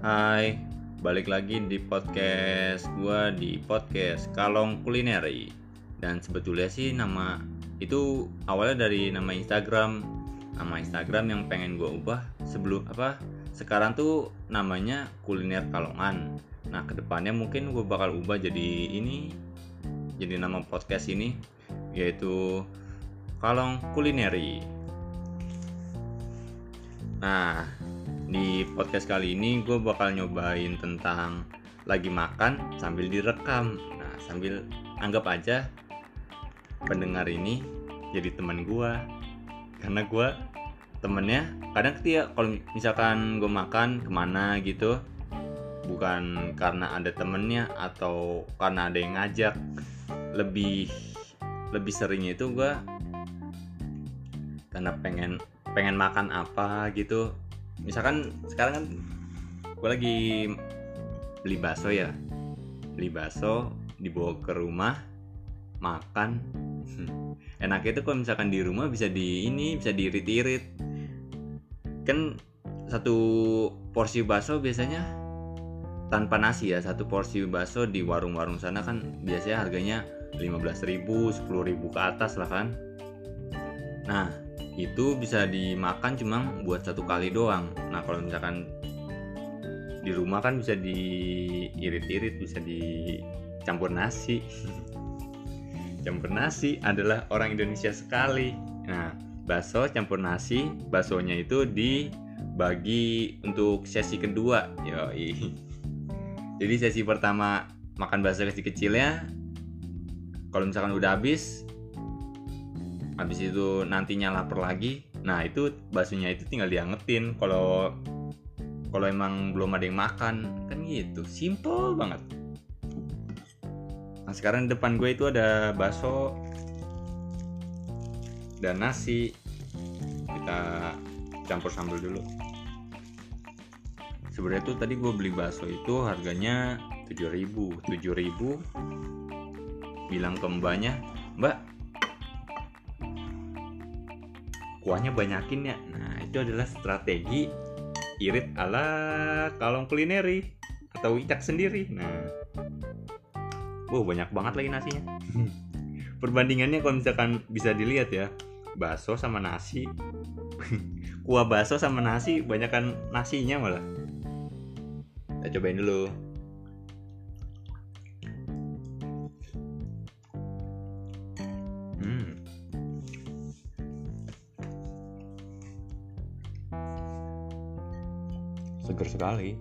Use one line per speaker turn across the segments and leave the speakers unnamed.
Hai, balik lagi di podcast gua di podcast Kalong Kulineri. Dan sebetulnya sih nama itu awalnya dari nama Instagram yang pengen gua ubah sekarang tuh namanya Kuliner Kalongan. Nah, kedepannya mungkin gua bakal ubah jadi nama podcast ini, yaitu Kalong Kulineri. Nah, di podcast kali ini gue bakal nyobain tentang lagi makan sambil direkam. Nah, sambil anggap aja pendengar ini jadi teman gue, karena gue temennya. Kadang ketika kalau misalkan gue makan kemana gitu, bukan karena ada temennya atau karena ada yang ngajak, lebih seringnya itu gue karena pengen makan apa gitu. Misalkan sekarang kan gue lagi beli bakso dibawa ke rumah makan. Enaknya itu kalau misalkan di rumah bisa diirit-irit. Kan satu porsi bakso biasanya tanpa nasi ya. Satu porsi bakso di warung-warung sana kan biasanya harganya 15.000, 10.000 ke atas lah kan. Nah, itu bisa dimakan cuma buat satu kali doang. Nah, kalau misalkan di rumah kan bisa diirit-irit, bisa dicampur nasi. Campur nasi adalah orang Indonesia sekali. Nah, bakso campur nasi, baksonya itu dibagi untuk sesi kedua. Yoi. Jadi sesi pertama makan bakso kecil-kecilnya, kalau misalkan udah habis itu nantinya lapar lagi. Nah, itu baksonya itu tinggal diangetin kalau emang belum ada yang makan kan gitu. Simple banget. Nah, sekarang depan gue itu ada bakso dan nasi. Kita campur sambal dulu. Sebenarnya tuh tadi gue beli bakso itu harganya 7.000. Bilang ke mbaknya, "Mbak, kuahnya banyakin ya." Nah, itu adalah strategi irit ala Kalong Kulineri atau Wicak sendiri. Nah, banyak banget lagi nasinya. Perbandingannya kalau misalkan bisa dilihat ya, bakso sama nasi. Kuah bakso sama nasi, banyakan nasinya malah. Kita cobain dulu. Seger sekali.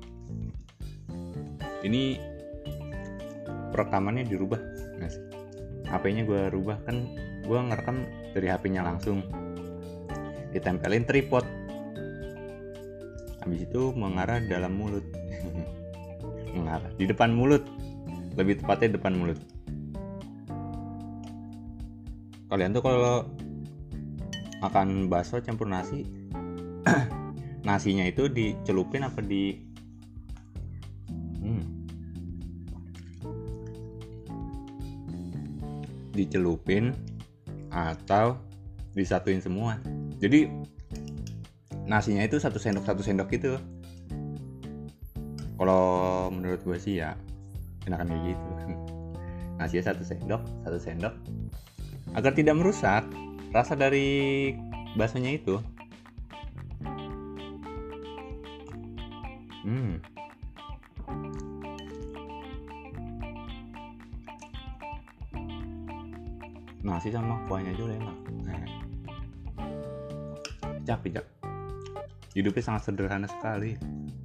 Ini perekamannya dirubah. HP-nya gue rubah, kan gue ngerekam dari HP-nya langsung. Ditempelin tripod. Habis itu mengarah dalam mulut. Mengarah di depan mulut. Lebih tepatnya depan mulut. Kalian tuh kalau makan bakso campur nasi, nasinya itu dicelupin apa dicelupin atau disatuin semua. Jadi nasinya itu satu sendok gitu. Kalau menurut gue sih ya enakan kayak gitu. Nasinya satu sendok agar tidak merusak rasa dari baksonya itu. Nasi sama kuahnya aja udah enak. Pijak. Hidupnya sangat sederhana sekali.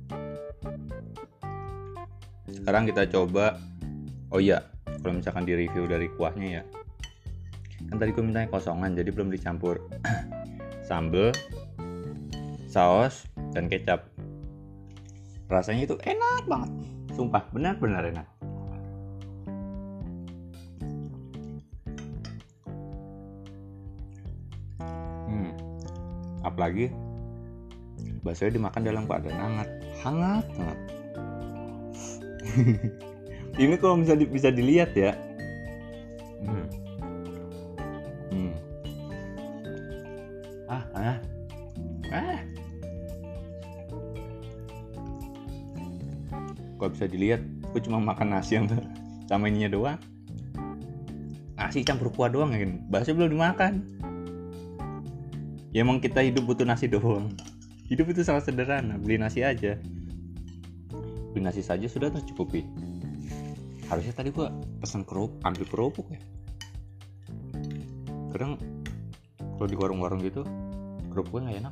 Sekarang kita coba. Oh iya, kalau misalkan di review dari kuahnya ya, kan tadi gue mintanya kosongan, jadi belum dicampur sambal, saus, dan kecap. Rasanya itu enak banget, sumpah benar-benar enak. Apalagi baksonya dimakan dalam keadaan hangat. Ini kalau bisa dilihat ya. kalau bisa dilihat gue cuma makan nasi yang sama ininya doang, nasi campur kuah doang kan, bakso belum dimakan. Ya emang kita hidup butuh nasi doang, hidup itu sangat sederhana, beli nasi aja, beli nasi saja sudah tercukupi. Harusnya tadi gue pesan ambil kerupuk ya. Kadang kalau di warung-warung gitu kerupuknya nggak enak,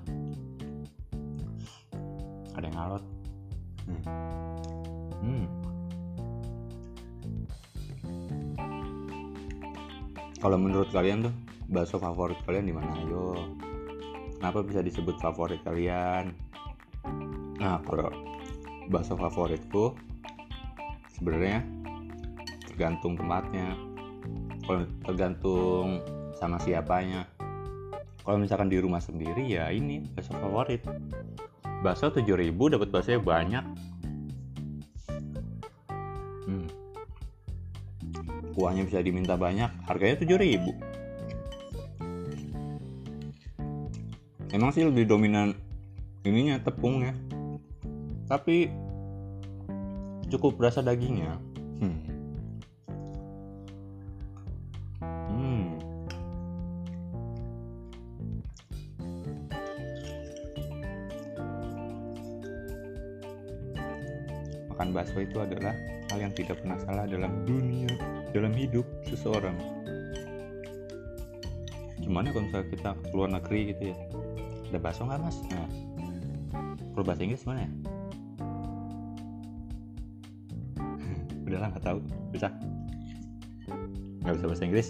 ada yang alot. Kalau menurut kalian tuh bakso favorit kalian di mana? Ayo, kenapa bisa disebut favorit kalian? Nah, kalau bakso favoritku sebenarnya tergantung tempatnya, kalau tergantung sama siapanya. Kalau misalkan di rumah sendiri ya ini bakso favorit. Bakso 7.000 dapat baksonya banyak. Kuahnya bisa diminta banyak, harganya 7.000. Emang sih lebih dominan ininya tepungnya, tapi cukup berasa dagingnya. Makan bakso itu adalah hal yang tidak pernah salah dalam hidup seseorang. Gimana kalau misalnya kita keluar negeri gitu ya, ada bakso nggak mas? Nah, kalau bahasa Inggris gimana ya? Udahlah nggak tahu, nggak bisa bahasa Inggris.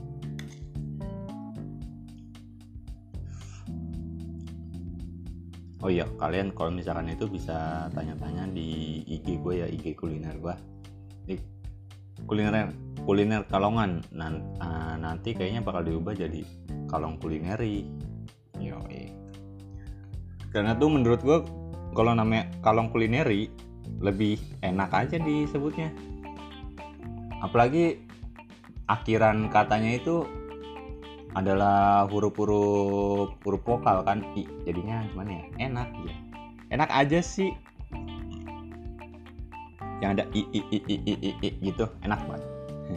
Oh iya, kalian kalau misalkan itu bisa tanya-tanya di IG gue ya, IG kuliner gue. Di kuliner Kalongan. Nanti kayaknya bakal diubah jadi Kalong Kulineri. Yoi. Karena tuh menurut gue kalau namanya Kalong Kulineri lebih enak aja disebutnya. Apalagi akhiran katanya itu adalah huruf vokal kan, jadinya gimana ya, enak ya, enak aja sih. Yang ada i gitu, enak banget.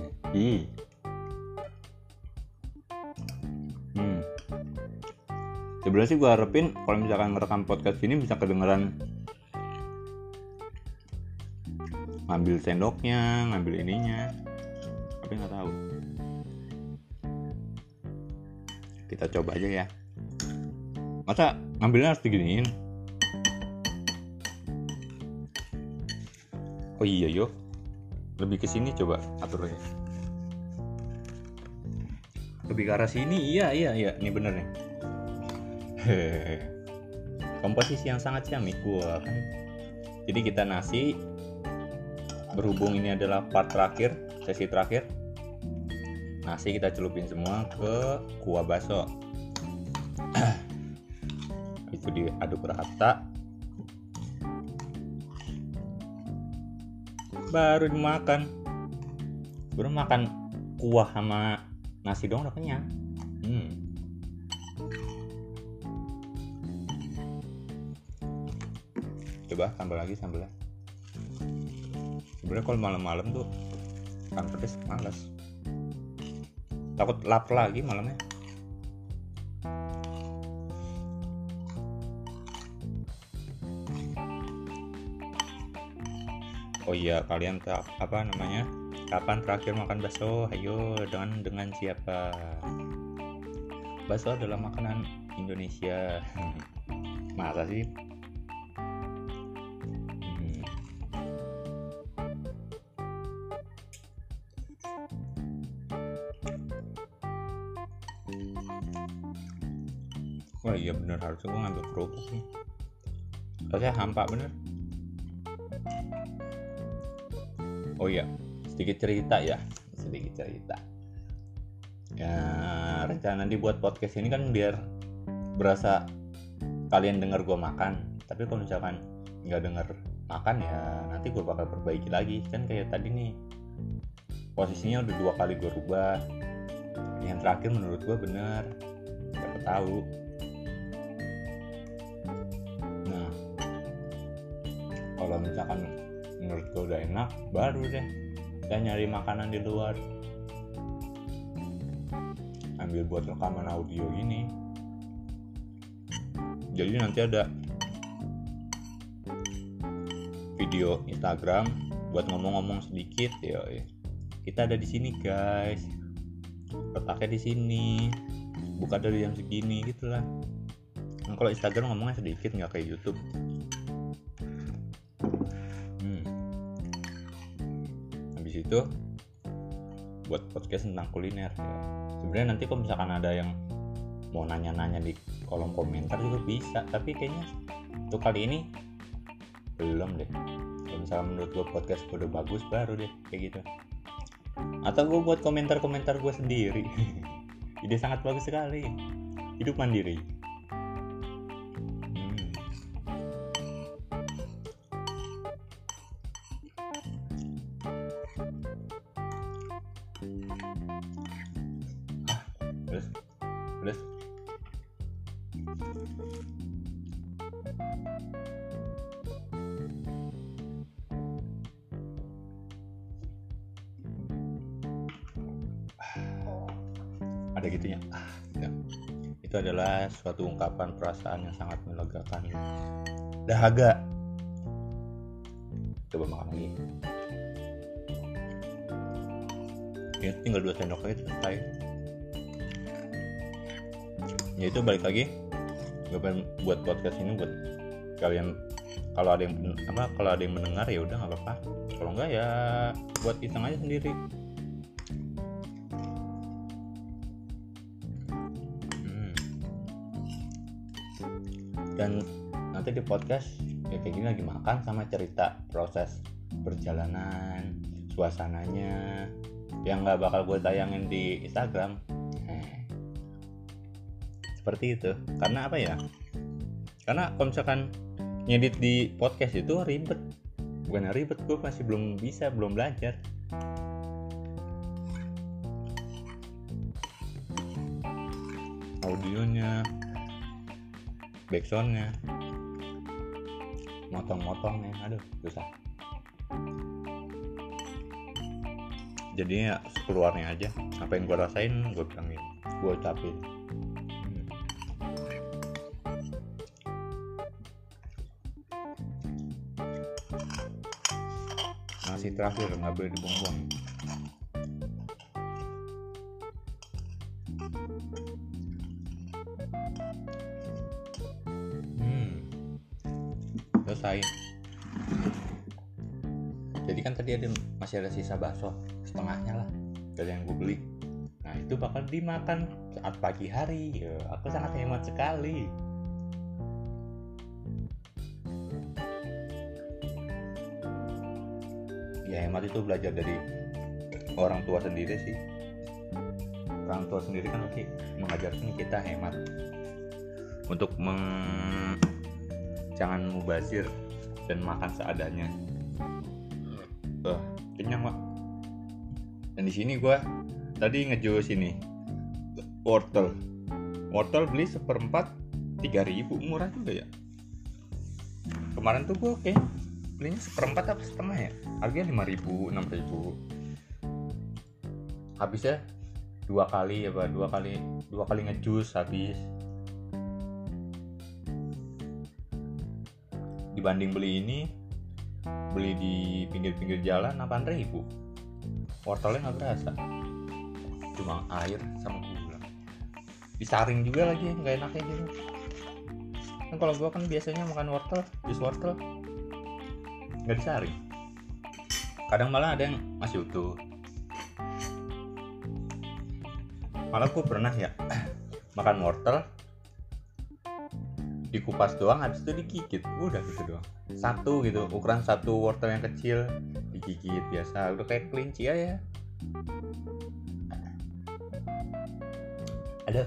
Sebenarnya sih gue harapin kalau misalkan ngerekam podcast ini bisa kedengeran ngambil sendoknya, ngambil ininya, tapi nggak tahu. Kita coba aja ya. Masa ngambilnya harus diginiin? Oh iya yo, lebih ke sini coba aturnya. Lebih ke arah sini, iya, ini bener nih. Komposisi yang sangat ciamik gua kan. Jadi kita nasi, berhubung ini adalah part terakhir, sesi terakhir, nasi kita celupin semua ke kuah bakso. Itu diaduk rata, baru dimakan. Baru makan kuah sama nasi doang udah kenyang. Coba tambah lagi sambelnya. Sebenarnya kalau malam-malam tuh kan pedes malas. Takut lapar lagi malamnya. Oh iya, kalian kapan terakhir makan bakso? Ayo, dengan siapa? Bakso adalah makanan Indonesia. Masa sih? Wah iya bener, harusnya gue ngambil kerupuk nih. Rasanya hampa bener. Oh iya, sedikit cerita. Ya, rencana nanti buat podcast ini kan biar berasa kalian denger gue makan. Tapi kalau misalkan nggak denger makan ya nanti gue bakal perbaiki lagi. Kan kayak tadi nih, posisinya udah 2 kali gue rubah. Yang terakhir menurut gue bener, siapa tahu. Nah, kalau misalkan menurut gue udah enak, baru deh kita nyari makanan di luar, ambil buat rekaman audio gini. Jadi nanti ada video Instagram buat ngomong-ngomong sedikit ya. Kita ada di sini guys, letaknya di sini, buka dari jam segini gitulah. Nah, kalau Instagram ngomongnya sedikit, nggak kayak YouTube. Habis itu buat podcast tentang kuliner ya. Sebenarnya nanti kalau misalkan ada yang mau nanya-nanya di kolom komentar juga bisa, tapi kayaknya untuk kali ini belum deh. Kalau misalkan menurut gue podcast gue udah bagus, baru deh kayak gitu. Atau gue buat komentar-komentar gue sendiri. Ide sangat bagus sekali. Hidup mandiri. Terus ada gitunya. Ya. Itu adalah suatu ungkapan perasaan yang sangat melegakan. Dahaga. Coba makan lagi. Ya, tinggal 2 sendok aja selesai. Ya itu balik lagi, gue pengen buat podcast ini buat kalian. Kalau ada yang mendengar ya udah nggak apa-apa. Kalau enggak ya buat iseng aja sendiri. Dan nanti di podcast ya kayak gini lagi makan sama cerita proses perjalanan, suasananya yang nggak bakal gue tayangin di Instagram. Seperti itu. Karena apa ya? Karena kalau misalkan ngedit di podcast itu ribet. Bukan ribet, gue masih belum belajar. Audionya, backsoundnya, motong-motongnya, aduh susah. Jadinya sekeluarnya aja. Apa yang gue rasain gue bilangin, gue ucapin. Nasi terakhir nggak boleh dibuang-buang. Selesai. Jadi kan tadi masih ada sisa bakso setengahnya lah dari yang gue beli. Nah itu bakal dimakan saat pagi hari. Aku sangat hemat sekali. Ya hemat itu belajar dari orang tua sendiri sih. Orang tua sendiri kan pasti mengajarkan kita hemat untuk jangan mubazir dan makan seadanya. Kenyang Pak. Dan di sini gue tadi ngejus ini wortel beli 1/4 3.000, murah juga ya. Kemarin tuh gue belinya 1/4 atau setengah ya, harganya 5.000 6.000. Habisnya 2 kali ngejus habis. Dibanding beli di pinggir-pinggir jalan 8.000. Wortelnya nggak berasa, cuma air sama gula. Disaring juga lagi, nggak enaknya gitu. Kan kalau gue kan biasanya makan jus wortel nggak disaring. Kadang malah ada yang masih utuh. Malah gue pernah ya makan wortel dikupas doang, habis itu digigit, udah gitu doang. Satu gitu, ukuran satu wortel yang kecil digigit biasa, udah kayak kelinci aja. Ada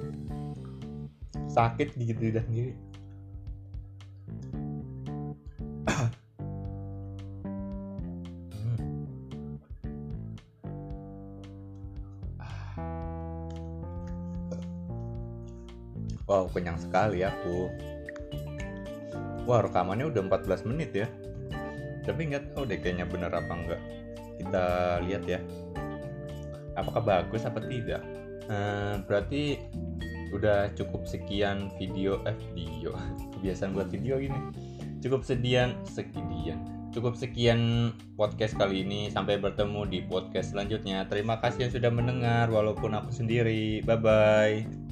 sakit gigit lidah sendiri. Wow, kenyang sekali aku. Wah, rekamannya udah 14 menit ya. Tapi nggak tahu deh kayaknya bener apa enggak. Kita lihat ya, apakah bagus apa tidak. Berarti udah cukup sekian video kebiasaan buat video gini. Cukup sekian podcast kali ini. Sampai bertemu di podcast selanjutnya. Terima kasih yang sudah mendengar walaupun aku sendiri. Bye bye.